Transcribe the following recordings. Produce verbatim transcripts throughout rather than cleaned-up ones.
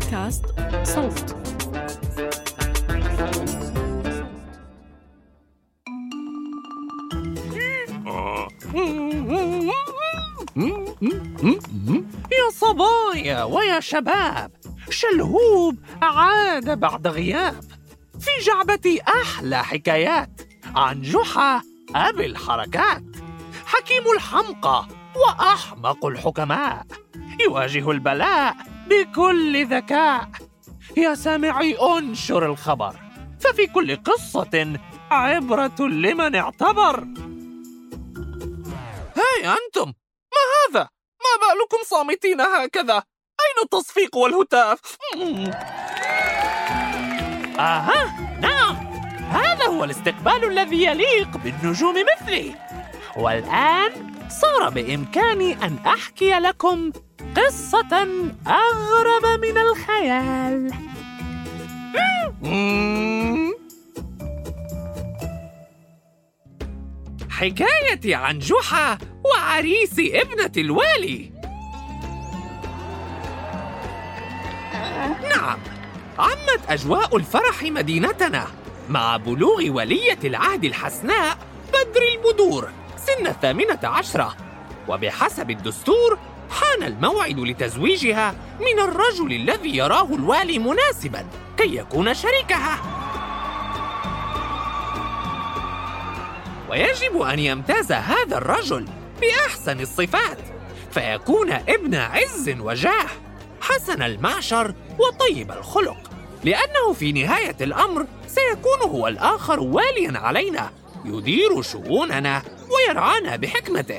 بودكاست صوت. يا صبايا ويا شباب، شلهوب عاد بعد غياب. في جعبتي أحلى حكايات عن جحا أبي الحركات، حكيم الحمقى وأحمق الحكماء، يواجه البلاء بكل ذكاء. يا سامعي أنشر الخبر، ففي كل قصة عبرة لمن اعتبر. هاي أنتم، ما هذا؟ ما بالكم صامتين هكذا؟ أين التصفيق والهتاف؟ آها، نعم، هذا هو الاستقبال الذي يليق بالنجوم مثلي. والآن صار بإمكاني أن أحكي لكم قصة أغرب من الخيال. حكايتي عن جحا وعريس ابنة الوالي. نعم، عمت أجواء الفرح مدينتنا مع بلوغ ولية العهد الحسناء بدر البدور سن الثامنة عشرة، وبحسب الدستور حان الموعد لتزويجها من الرجل الذي يراه الوالي مناسباً كي يكون شريكها. ويجب أن يمتاز هذا الرجل بأحسن الصفات، فيكون ابن عز وجاه، حسن المعشر وطيب الخلق، لأنه في نهاية الأمر سيكون هو الآخر والياً علينا، يدير شؤوننا ويرعانا بحكمته.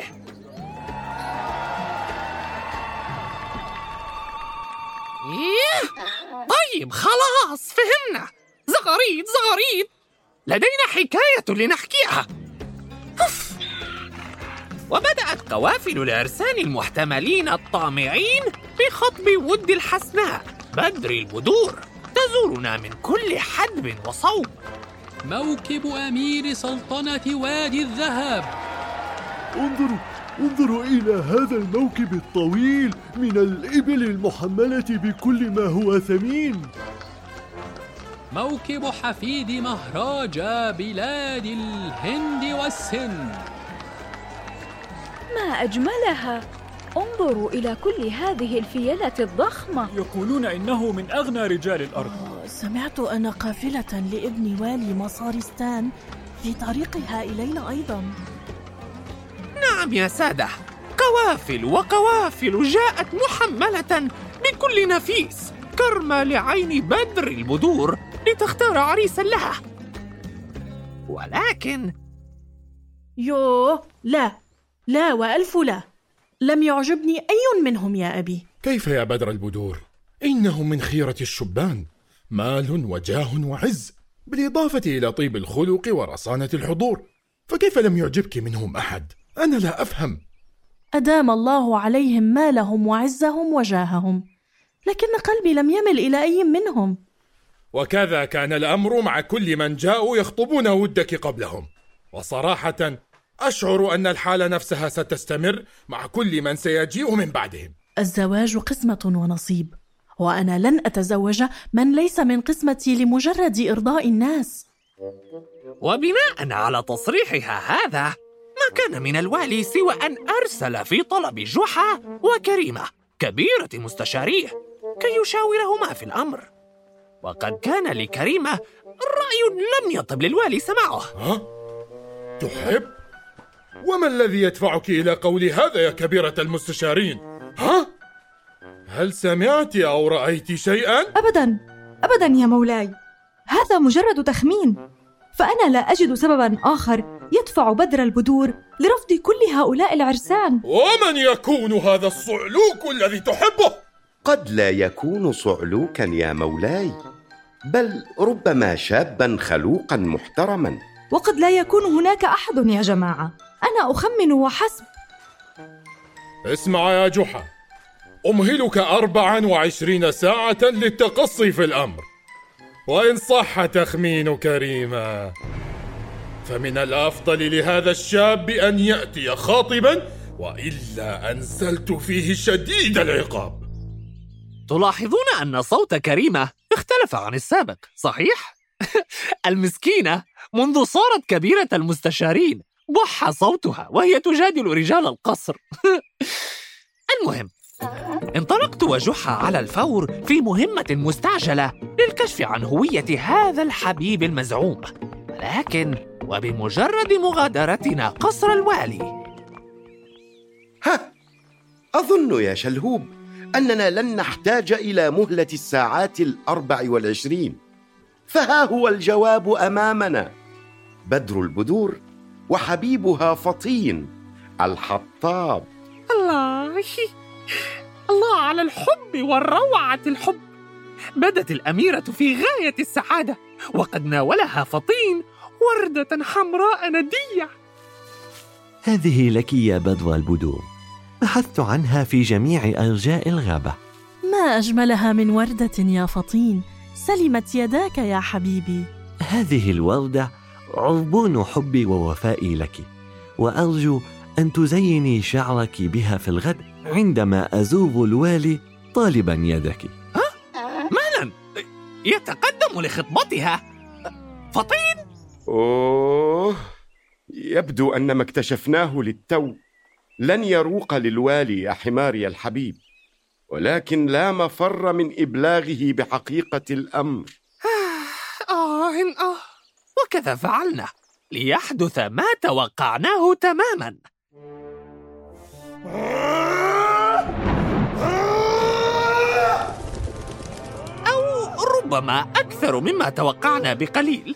إيه؟ طيب خلاص فهمنا. زغاريد زغاريد، لدينا حكاية لنحكيها. أوف. وبدأت قوافل العرسان المحتملين الطامعين بخطب ود الحسناء بدر البدور تزورنا من كل حدب وصوب. موكب أمير سلطنة وادي الذهب. انظروا انظروا إلى هذا الموكب الطويل من الإبل المحملة بكل ما هو ثمين. موكب حفيد مهراجة بلاد الهند والسند. ما أجملها، انظروا إلى كل هذه الفيلة الضخمة. يقولون إنه من أغنى رجال الأرض. سمعت أن قافلة لابن والي مصارستان في طريقها إلينا أيضا. نعم يا سادة، قوافل وقوافل جاءت محملة بكل نفيس كرمة لعين بدر البدور لتختار عريسا لها. ولكن يوه، لا لا وألف لا، لم يعجبني أي منهم يا أبي. كيف يا بدر البدور؟ إنهم من خيرة الشبان، مال وجاه وعز، بالإضافة إلى طيب الخلق ورصانة الحضور، فكيف لم يعجبك منهم أحد؟ أنا لا أفهم. أدام الله عليهم مالهم وعزهم وجاههم، لكن قلبي لم يمل إلى أي منهم. وكذا كان الأمر مع كل من جاءوا يخطبون ودك قبلهم، وصراحة أشعر أن الحالة نفسها ستستمر مع كل من سيجيء من بعدهم. الزواج قسمة ونصيب، وأنا لن أتزوج من ليس من قسمتي لمجرد إرضاء الناس. وبناء على تصريحها هذا، ما كان من الوالي سوى أن أرسل في طلب جحا وكريمة كبيرة مستشاريه كي يشاورهما في الأمر. وقد كان لكريمة رأي لم يطب للوالي سماعه. ها؟ تحب؟ وما الذي يدفعك إلى قول هذا يا كبيرة المستشارين؟ ها؟ هل سمعت أو رأيت شيئا؟ أبدا أبدا يا مولاي، هذا مجرد تخمين، فأنا لا أجد سببا آخر يدفع بدر البدور لرفض كل هؤلاء العرسان. ومن يكون هذا الصعلوك الذي تحبه؟ قد لا يكون صعلوكا يا مولاي، بل ربما شابا خلوقا محترما. وقد لا يكون هناك أحد يا جماعة، أنا أخمن وحسب. اسمع يا جحا، أمهلك أربعا وعشرين ساعة للتقصي في الأمر، وإن صح تخمين كريمة فمن الأفضل لهذا الشاب أن يأتي خاطبا، وإلا أنزلت فيه شديد العقاب. تلاحظون أن صوت كريمة اختلف عن السابق، صحيح؟ المسكينة منذ صارت كبيرة المستشارين بح صوتها وهي تجادل رجال القصر. المهم، انطلقت وجحا على الفور في مهمة مستعجلة للكشف عن هوية هذا الحبيب المزعوم، ولكن وبمجرد مغادرتنا قصر الوالي. ها، أظن يا شلهوب أننا لن نحتاج إلى مهلة الساعات الأربع والعشرين، فها هو الجواب أمامنا: بدر البدور وحبيبها فطين الحطاب. الله الله على الحب والروعة الحب! بدت الأميرة في غاية السعادة، وقد ناولها فطين وردة حمراء ندية. هذه لك يا بدر البدور، بحثت عنها في جميع أرجاء الغابة. ما أجملها من وردة يا فطين، سلمت يداك يا حبيبي. هذه الوردة عربون حبي ووفائي لك، وأرجو أن تزيني شعرك بها في الغد عندما أزور الوالي طالبا يدك. ها؟ مالا يتقدم لخطبتها فطين؟ أوه، يبدو أن ما اكتشفناه للتو لن يروق للوالي يا حماري الحبيب، ولكن لا مفر من إبلاغه بحقيقة الأمر. آه آه وكذا فعلنا ليحدث ما توقعناه تماما. أو ربما أكثر مما توقعنا بقليل.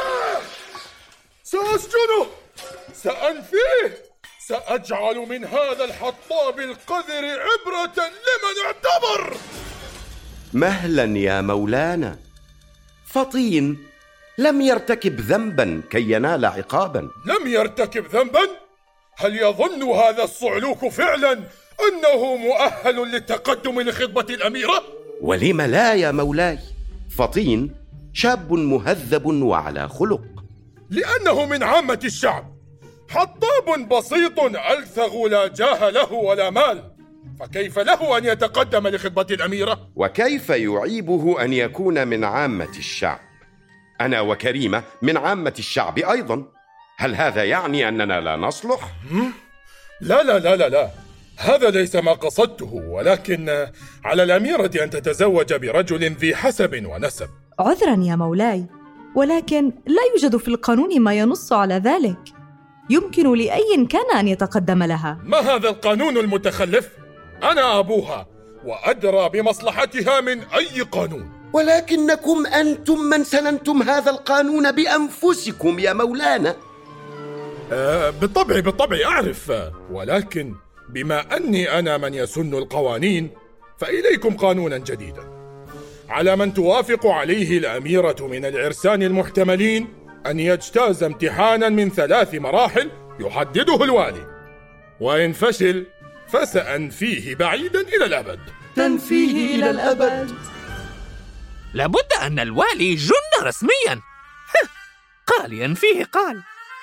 سأسجنه، سأنفيه، سأجعل من هذا الحطاب القذر عبرة لمن اعتبر. مهلا يا مولانا، فطين لم يرتكب ذنبا كي ينال عقابا. لم يرتكب ذنبا؟ هل يظن هذا الصعلوك فعلا أنه مؤهل للتقدم لخطبة الأميرة؟ ولم لا يا مولاي، فطين شاب مهذب وعلى خلق. لأنه من عامة الشعب، حطاب بسيط ألثغ لا جاه له ولا مال، فكيف له أن يتقدم لخطبة الأميرة؟ وكيف يعيبه أن يكون من عامة الشعب؟ أنا وكريمة من عامة الشعب أيضا، هل هذا يعني أننا لا نصلح؟ لا لا لا لا لا، هذا ليس ما قصدته، ولكن على الأميرة أن تتزوج برجل ذي حسب ونسب. عذرا يا مولاي، ولكن لا يوجد في القانون ما ينص على ذلك. يمكن لأي كان أن يتقدم لها. ما هذا القانون المتخلف؟ أنا أبوها وأدرى بمصلحتها من أي قانون. ولكنكم أنتم من سننتم هذا القانون بأنفسكم يا مولانا. آه بالطبع بالطبع أعرف، ولكن بما أني أنا من يسن القوانين فإليكم قانونا جديدا على من توافق عليه الأميرة من العرسان المحتملين أن يجتاز امتحانا من ثلاث مراحل يحدده الوالي، وإن فشل فسأنفيه بعيدا إلى الأبد. تنفيه إلى الأبد؟ لابد أن الوالي جن رسميا. قال ينفيه قال.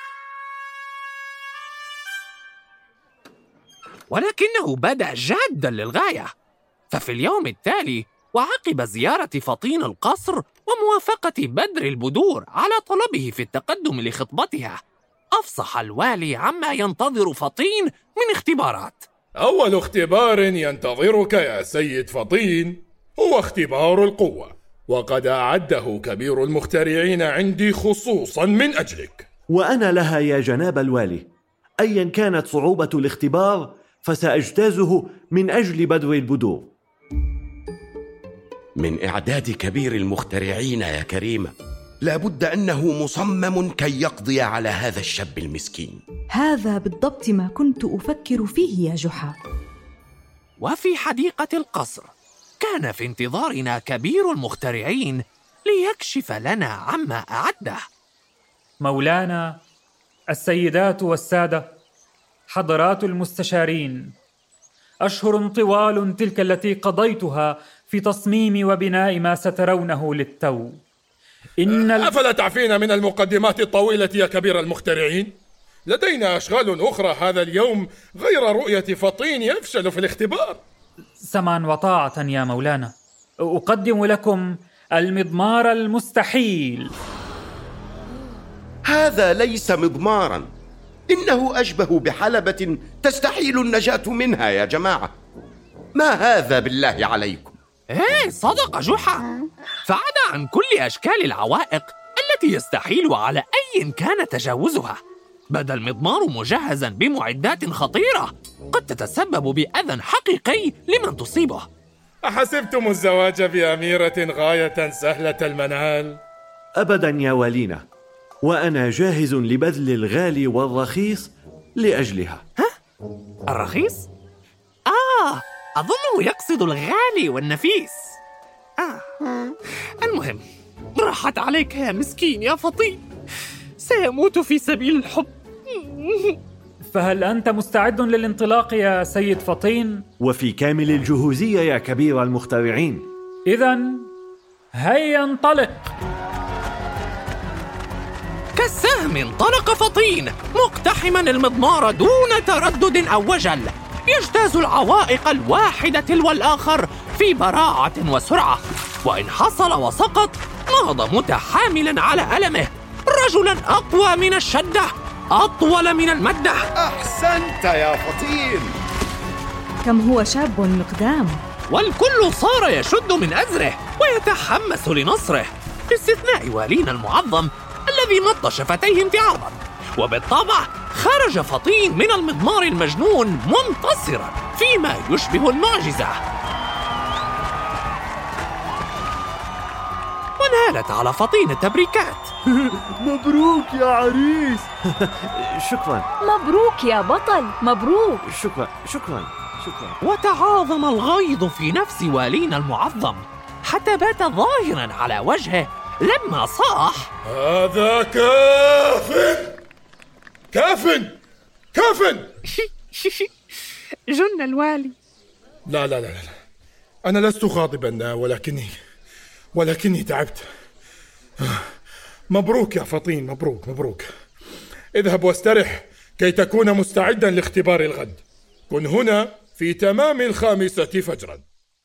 ولكنه بدا جادا للغاية، ففي اليوم التالي وعقب زيارة فطين القصر وموافقة بدر البدور على طلبه في التقدم لخطبتها، أفصح الوالي عما ينتظر فطين من اختبارات. أول اختبار ينتظرك يا سيد فطين هو اختبار القوة، وقد أعده كبير المخترعين عندي خصوصا من أجلك. وأنا لها يا جناب الوالي، أيا كانت صعوبة الاختبار فسأجتازه من أجل بدر البدور. من إعداد كبير المخترعين يا كريمة، لابد أنه مصمم كي يقضي على هذا الشاب المسكين. هذا بالضبط ما كنت أفكر فيه يا جحا. وفي حديقة القصر كان في انتظارنا كبير المخترعين ليكشف لنا عما أعده. مولانا، السيدات والسادة، حضرات المستشارين، أشهر طوال تلك التي قضيتها في تصميم وبناء ما سترونه للتو. إن ال... أفلا تعفين من المقدمات الطويلة يا كبير المخترعين؟ لدينا أشغال أخرى هذا اليوم غير رؤية فطين يفشل في الاختبار. سمعا وطاعة يا مولانا. أقدم لكم المضمار المستحيل. هذا ليس مضماراً، إنه أشبه بحلبة تستحيل النجاة منها يا جماعة. ما هذا بالله عليكم؟ إيه صدق جحا، فعدا عن كل أشكال العوائق التي يستحيل على أي كان تجاوزها، بدا المضمار مجهزاً بمعدات خطيرة قد تتسبب بأذى حقيقي لمن تصيبه. أحسبتم الزواج بأميرة غاية سهلة المنال؟ أبداً يا والينا، وأنا جاهز لبذل الغالي والرخيص لأجلها. ها؟ الرخيص؟ آه، أظنه يقصد الغالي والنفيس. آه. المهم، راحت عليك يا مسكين يا فطين، سيموت في سبيل الحب. فهل أنت مستعد للانطلاق يا سيد فطين؟ وفي كامل الجهوزية يا كبير المخترعين. إذن هيا انطلق. كالسهم انطلق فطين مقتحما المضمار دون تردد أو وجل، يجتاز العوائق الواحدة تلو الآخر في براعة وسرعة، وإن حصل وسقط نهض متحاملا على ألمه، رجلا أقوى من الشدة، أطول من المدة. أحسنت يا فطين. كم هو شاب مقدام. والكل صار يشد من أزره ويتحمس لنصره، باستثناء والينا المعظم الذي مط شفتيه امتعاضا. وبالطبع خرج فطين من المضمار المجنون منتصرا فيما يشبه المعجزة، ونالت على فطين التبريكات. مبروك يا عريس. شكرا. مبروك يا بطل، مبروك. شكرا شكرا شكرا. وتعاظم الغيظ في نفس والينا المعظم حتى بات ظاهرا على وجهه لما صاح: هذا كاف كاف كاف. جن الوالي. لا لا لا لا، أنا لست غاضبا، ولكني ولكني تعبت. مبروك يا فطين، مبروك مبروك. اذهب واسترح كي تكون مستعدا لاختبار الغد. كن هنا في تمام الخامسة فجرا.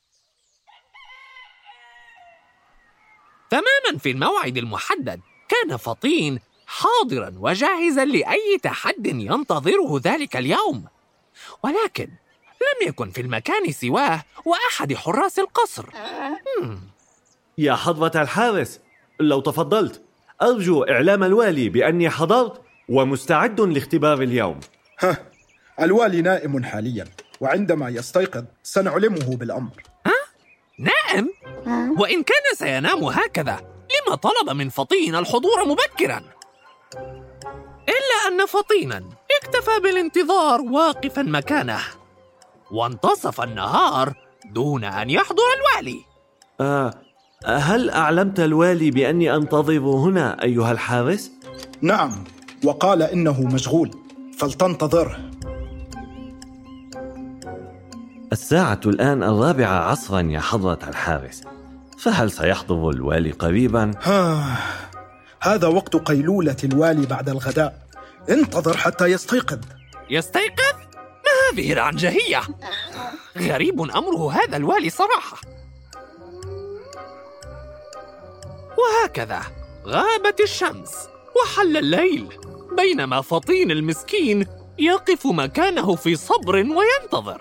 تماما في الموعد المحدد كان فطين حاضرا وجاهزا لأي تحد ينتظره ذلك اليوم، ولكن لم يكن في المكان سواه وأحد حراس القصر. هم. يا حضرة الحارس، لو تفضلت أرجو إعلام الوالي بأني حضرت ومستعد لاختبار اليوم. ها، الوالي نائم حاليا، وعندما يستيقظ سنعلمه بالأمر. ها؟ نائم؟ وإن كان سينام هكذا لما طلب من فطين الحضور مبكرا؟ إلا أن فطينا اكتفى بالانتظار واقفا مكانه، وانتصف النهار دون أن يحضر الوالي. آه هل أعلمت الوالي بأني أنتظر هنا أيها الحارس؟ نعم، وقال إنه مشغول، فلتنتظره. الساعة الآن الرابعة عصرا يا حضرة الحارس، فهل سيحضر الوالي قريبا؟ ها، هذا وقت قيلولة الوالي بعد الغداء، انتظر حتى يستيقظ. يستيقظ؟ ما هذه العنجهية؟ غريب أمره هذا الوالي صراحة. وهكذا غابت الشمس وحل الليل، بينما فطين المسكين يقف مكانه في صبر وينتظر.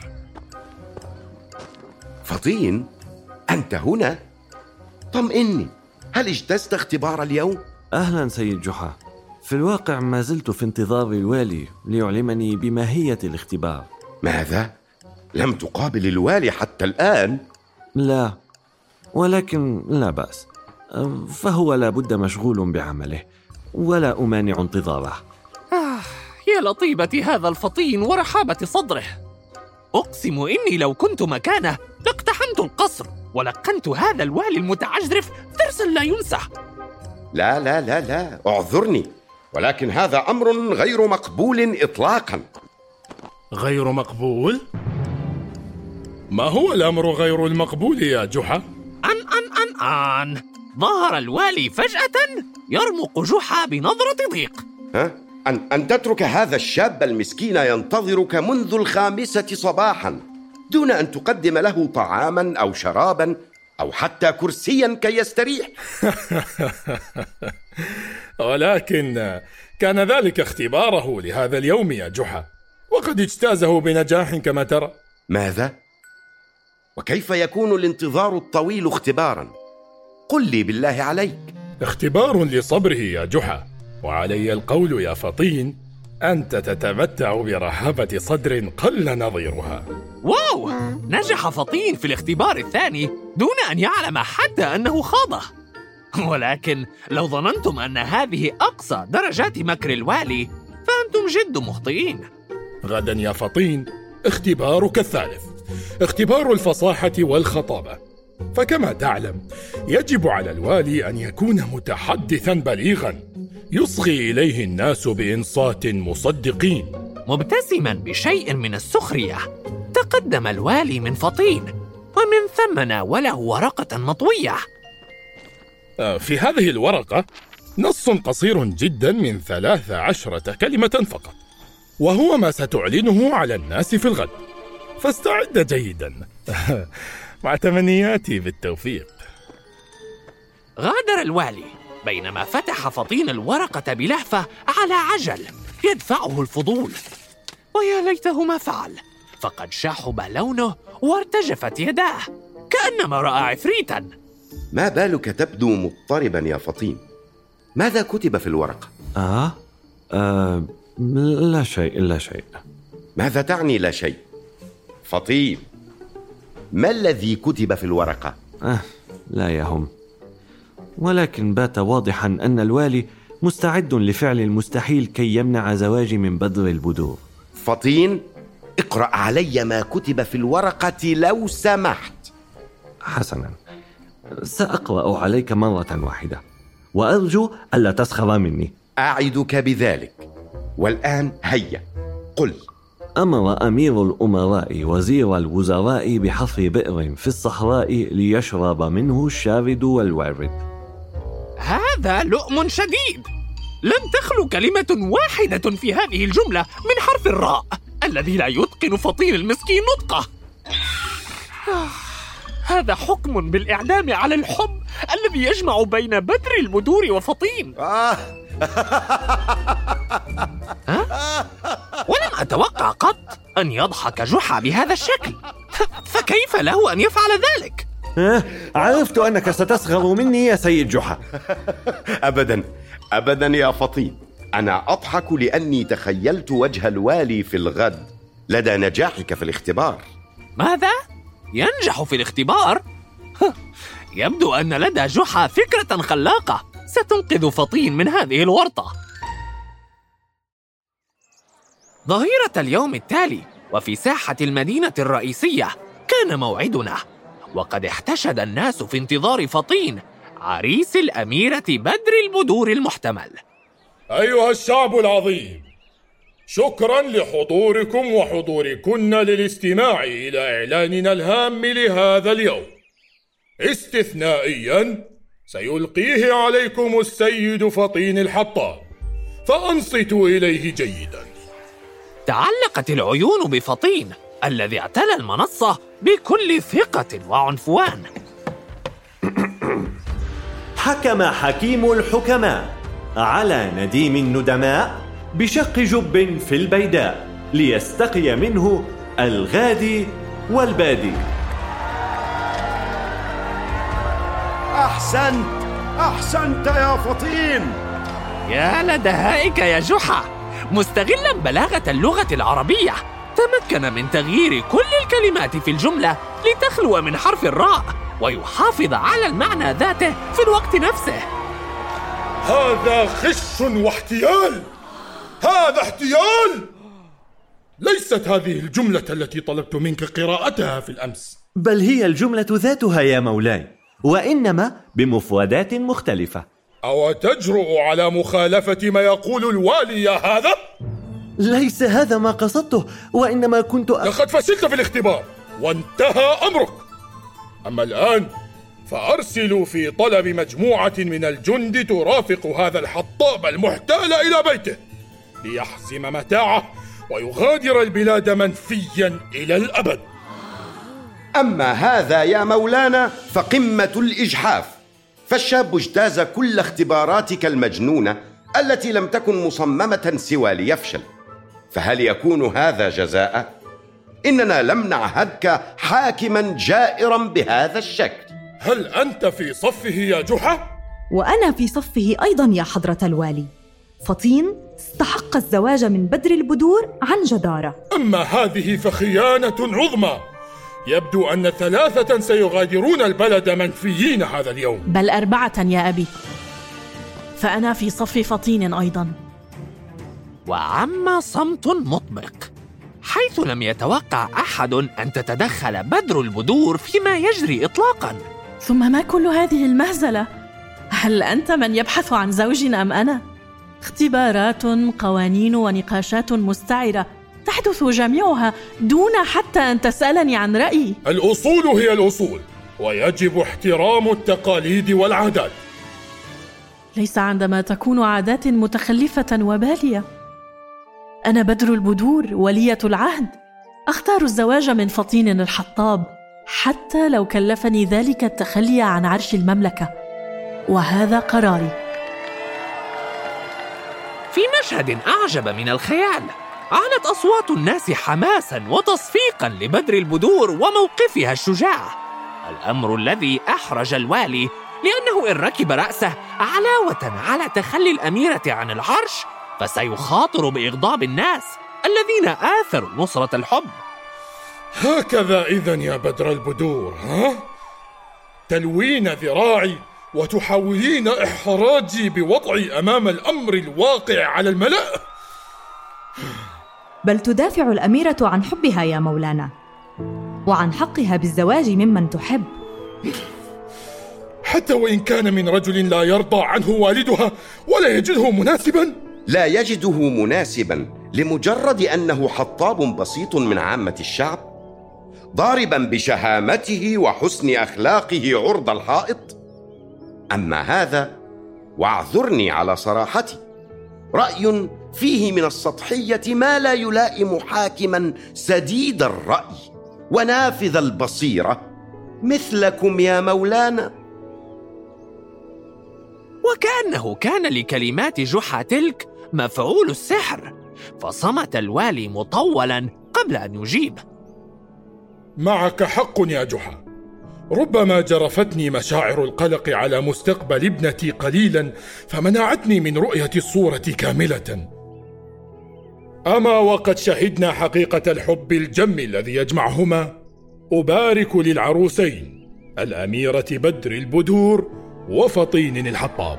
فطين، أنت هنا؟ طمئني، هل اجتزت اختبار اليوم؟ أهلا سيد جحا، في الواقع ما زلت في انتظار الوالي ليعلمني بماهية الاختبار. ماذا؟ لم تقابل الوالي حتى الآن؟ لا، ولكن لا بأس، فهو لابد مشغول بعمله ولا أمانع انتظاره. آه، يا لطيبة هذا الفطين ورحابة صدره، أقسم إني لو كنت مكانه لاقتحمت القصر ولقنت هذا الوالي المتعجرف درسا لا ينسى. لا لا لا لا، اعذرني، ولكن هذا أمر غير مقبول إطلاقا. غير مقبول؟ ما هو الأمر غير المقبول يا جحا؟ أن أن أن أن ظهر الوالي فجأة يرمق جحا بنظرة ضيق. ها؟ أن, أن تترك هذا الشاب المسكين ينتظرك منذ الخامسة صباحا دون أن تقدم له طعاما أو شرابا أو حتى كرسيا كي يستريح. ولكن كان ذلك اختباره لهذا اليوم يا جحا، وقد اجتازه بنجاح كما ترى. ماذا؟ وكيف يكون الانتظار الطويل اختبارا؟ قل لي بالله عليك. اختبار لصبره يا جحا، وعلي القول يا فطين أنت تتمتع برحابة صدر قل نظيرها. واو! نجح فطين في الاختبار الثاني دون أن يعلم حتى أنه خاضه. ولكن لو ظننتم أن هذه أقصى درجات مكر الوالي فأنتم جد مخطئين. غدا يا فطين اختبارك الثالث، اختبار الفصاحة والخطابة. فكما تعلم يجب على الوالي أن يكون متحدثا بليغا يصغي إليه الناس بإنصات مصدقين. مبتسما بشيء من السخرية تقدم الوالي من فطين، ومن ثم ناوله ورقة مطوية. في هذه الورقة نص قصير جدا من ثلاث عشرة كلمة فقط، وهو ما ستعلنه على الناس في الغد، فاستعد جيدا. مع تمنياتي بالتوفيق. غادر الوالي بينما فتح فطين الورقة بلهفة على عجل يدفعه الفضول، ويا ليته ما فعل، فقد شاحب لونه وارتجفت يداه كأنما رأى عفريتا. ما بالك تبدو مضطربا يا فطين؟ ماذا كتب في الورقة؟ آه, آه لا شيء لا شيء. ماذا تعني لا شيء؟ فطين، ما الذي كتب في الورقة؟ آه لا يهم، ولكن بات واضحا أن الوالي مستعد لفعل المستحيل كي يمنع زواجي من بدر البدور. فطين، اقرأ علي ما كتب في الورقة لو سمحت. حسنا، سأقرأ عليك مرة واحدة، وأرجو ألا تسخر مني. أعدك بذلك. والآن هيا قل. أمر أمير الأمراء وزير الوزراء بحفر بئر في الصحراء ليشرب منه الشارد والوارد. هذا لؤم شديد، لم تخلو كلمة واحدة في هذه الجملة من حرف الراء الذي لا يتقن فطين المسكين نطقه. هذا حكم بالإعدام على الحب الذي يجمع بين بدر البدور وفطين. آه. ها؟ ولم أتوقع قط أن يضحك جحا بهذا الشكل، فكيف له أن يفعل ذلك؟ عرفت أنك ستسخر مني يا سيد جحا. أبدا أبدا يا فطين، أنا أضحك لأني تخيلت وجه الوالي في الغد لدى نجاحك في الاختبار. ماذا؟ ينجح في الاختبار؟ يبدو أن لدى جحا فكرة خلاقة ستنقذ فطين من هذه الورطة. ظهيرة اليوم التالي وفي ساحة المدينة الرئيسية كان موعدنا، وقد احتشد الناس في انتظار فطين عريس الأميرة بدر البدور المحتمل. أيها الشعب العظيم، شكرا لحضوركم وحضوركن للاستماع إلى إعلاننا الهام لهذا اليوم. استثنائيا سيلقيه عليكم السيد فطين الحطاب، فأنصتوا إليه جيدا. تعلقت العيون بفطين الذي اعتلى المنصة بكل ثقة وعنفوان. حكم حكيم الحكماء على نديم الندماء بشق جب في البيداء ليستقي منه الغادي والبادي. أحسنت أحسنت يا فطين. يا لدهائك يا جحا، مستغلا بلاغة اللغة العربية تمكن من تغيير كل الكلمات في الجملة لتخلو من حرف الراء ويحافظ على المعنى ذاته في الوقت نفسه. هذا خش واحتيال، هذا احتيال. ليست هذه الجملة التي طلبت منك قراءتها في الأمس، بل هي الجملة ذاتها يا مولاي، وإنما بمفردات مختلفة. أو تجرؤ على مخالفة ما يقول الوالي يا هذا؟ ليس هذا ما قصدته، وإنما كنت أ... لقد فشلت في الاختبار وانتهى أمرك. أما الآن فأرسلوا في طلب مجموعة من الجند ترافق هذا الحطاب المحتال إلى بيته ليحزم متاعه ويغادر البلاد منفيا إلى الأبد. أما هذا يا مولانا فقمة الإجحاف، فالشاب اجتاز كل اختباراتك المجنونة التي لم تكن مصممة سوى ليفشل، فهل يكون هذا جزاء؟ إننا لم نعهدك حاكما جائرا بهذا الشكل. هل أنت في صفه يا جحا؟ وأنا في صفه أيضا يا حضرة الوالي. فطين استحق الزواج من بدر البدور عن جدارة. أما هذه فخيانة عظمى. يبدو أن ثلاثة سيغادرون البلد منفيين هذا اليوم. بل أربعة يا أبي، فأنا في صف فطين أيضا. وعم صمت مطبق، حيث لم يتوقع أحد أن تتدخل بدر البدور فيما يجري إطلاقا. ثم ما كل هذه المهزلة؟ هل أنت من يبحث عن زوج أم أنا؟ اختبارات، قوانين ونقاشات مستعرة تحدث جميعها دون حتى أن تسألني عن رأيي. الأصول هي الأصول، ويجب احترام التقاليد والعادات. ليس عندما تكون عادات متخلفة وبالية. أنا بدر البدور ولية العهد، أختار الزواج من فطين الحطاب حتى لو كلفني ذلك التخلي عن عرش المملكة، وهذا قراري. في مشهد أعجب من الخيال، علت أصوات الناس حماسا وتصفيقا لبدر البدور وموقفها الشجاع، الأمر الذي أحرج الوالي، لأنه إن ركب رأسه علاوة على تخلي الأميرة عن العرش فسيخاطر بإغضاب الناس الذين آثروا نصرة الحب. هكذا إذن يا بدر البدور، ها؟ تلوين ذراعي وتحاولين إحراجي بوضعي أمام الأمر الواقع على الملأ. بل تدافع الأميرة عن حبها يا مولانا، وعن حقها بالزواج ممن تحب، حتى وإن كان من رجل لا يرضى عنه والدها ولا يجده مناسبا. لا يجده مناسبا لمجرد أنه حطاب بسيط من عامة الشعب، ضاربا بشهامته وحسن أخلاقه عرض الحائط. أما هذا، واعذرني على صراحتي، رأي فيه من السطحية ما لا يلائم حاكما سديد الرأي ونافذ البصيرة مثلكم يا مولانا. وكأنه كان لكلمات جحا تلك مفعول السحر، فصمت الوالي مطولا قبل أن يجيب. معك حق يا جحا، ربما جرفتني مشاعر القلق على مستقبل ابنتي قليلا فمنعتني من رؤية الصورة كاملة. أما وقد شهدنا حقيقة الحب الجم الذي يجمعهما، أبارك للعروسين الأميرة بدر البدور وفطين الحطاب.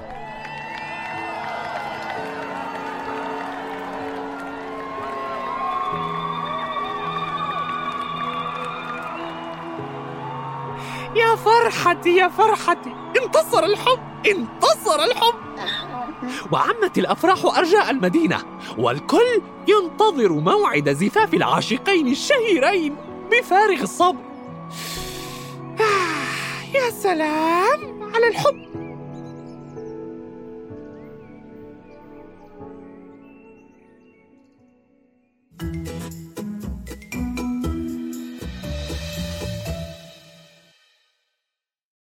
يا فرحتي يا فرحتي، انتصر الحب انتصر الحب. وعمت الأفراح أرجاء المدينة، والكل ينتظر موعد زفاف العاشقين الشهيرين بفارغ الصبر. يا سلام على الحب.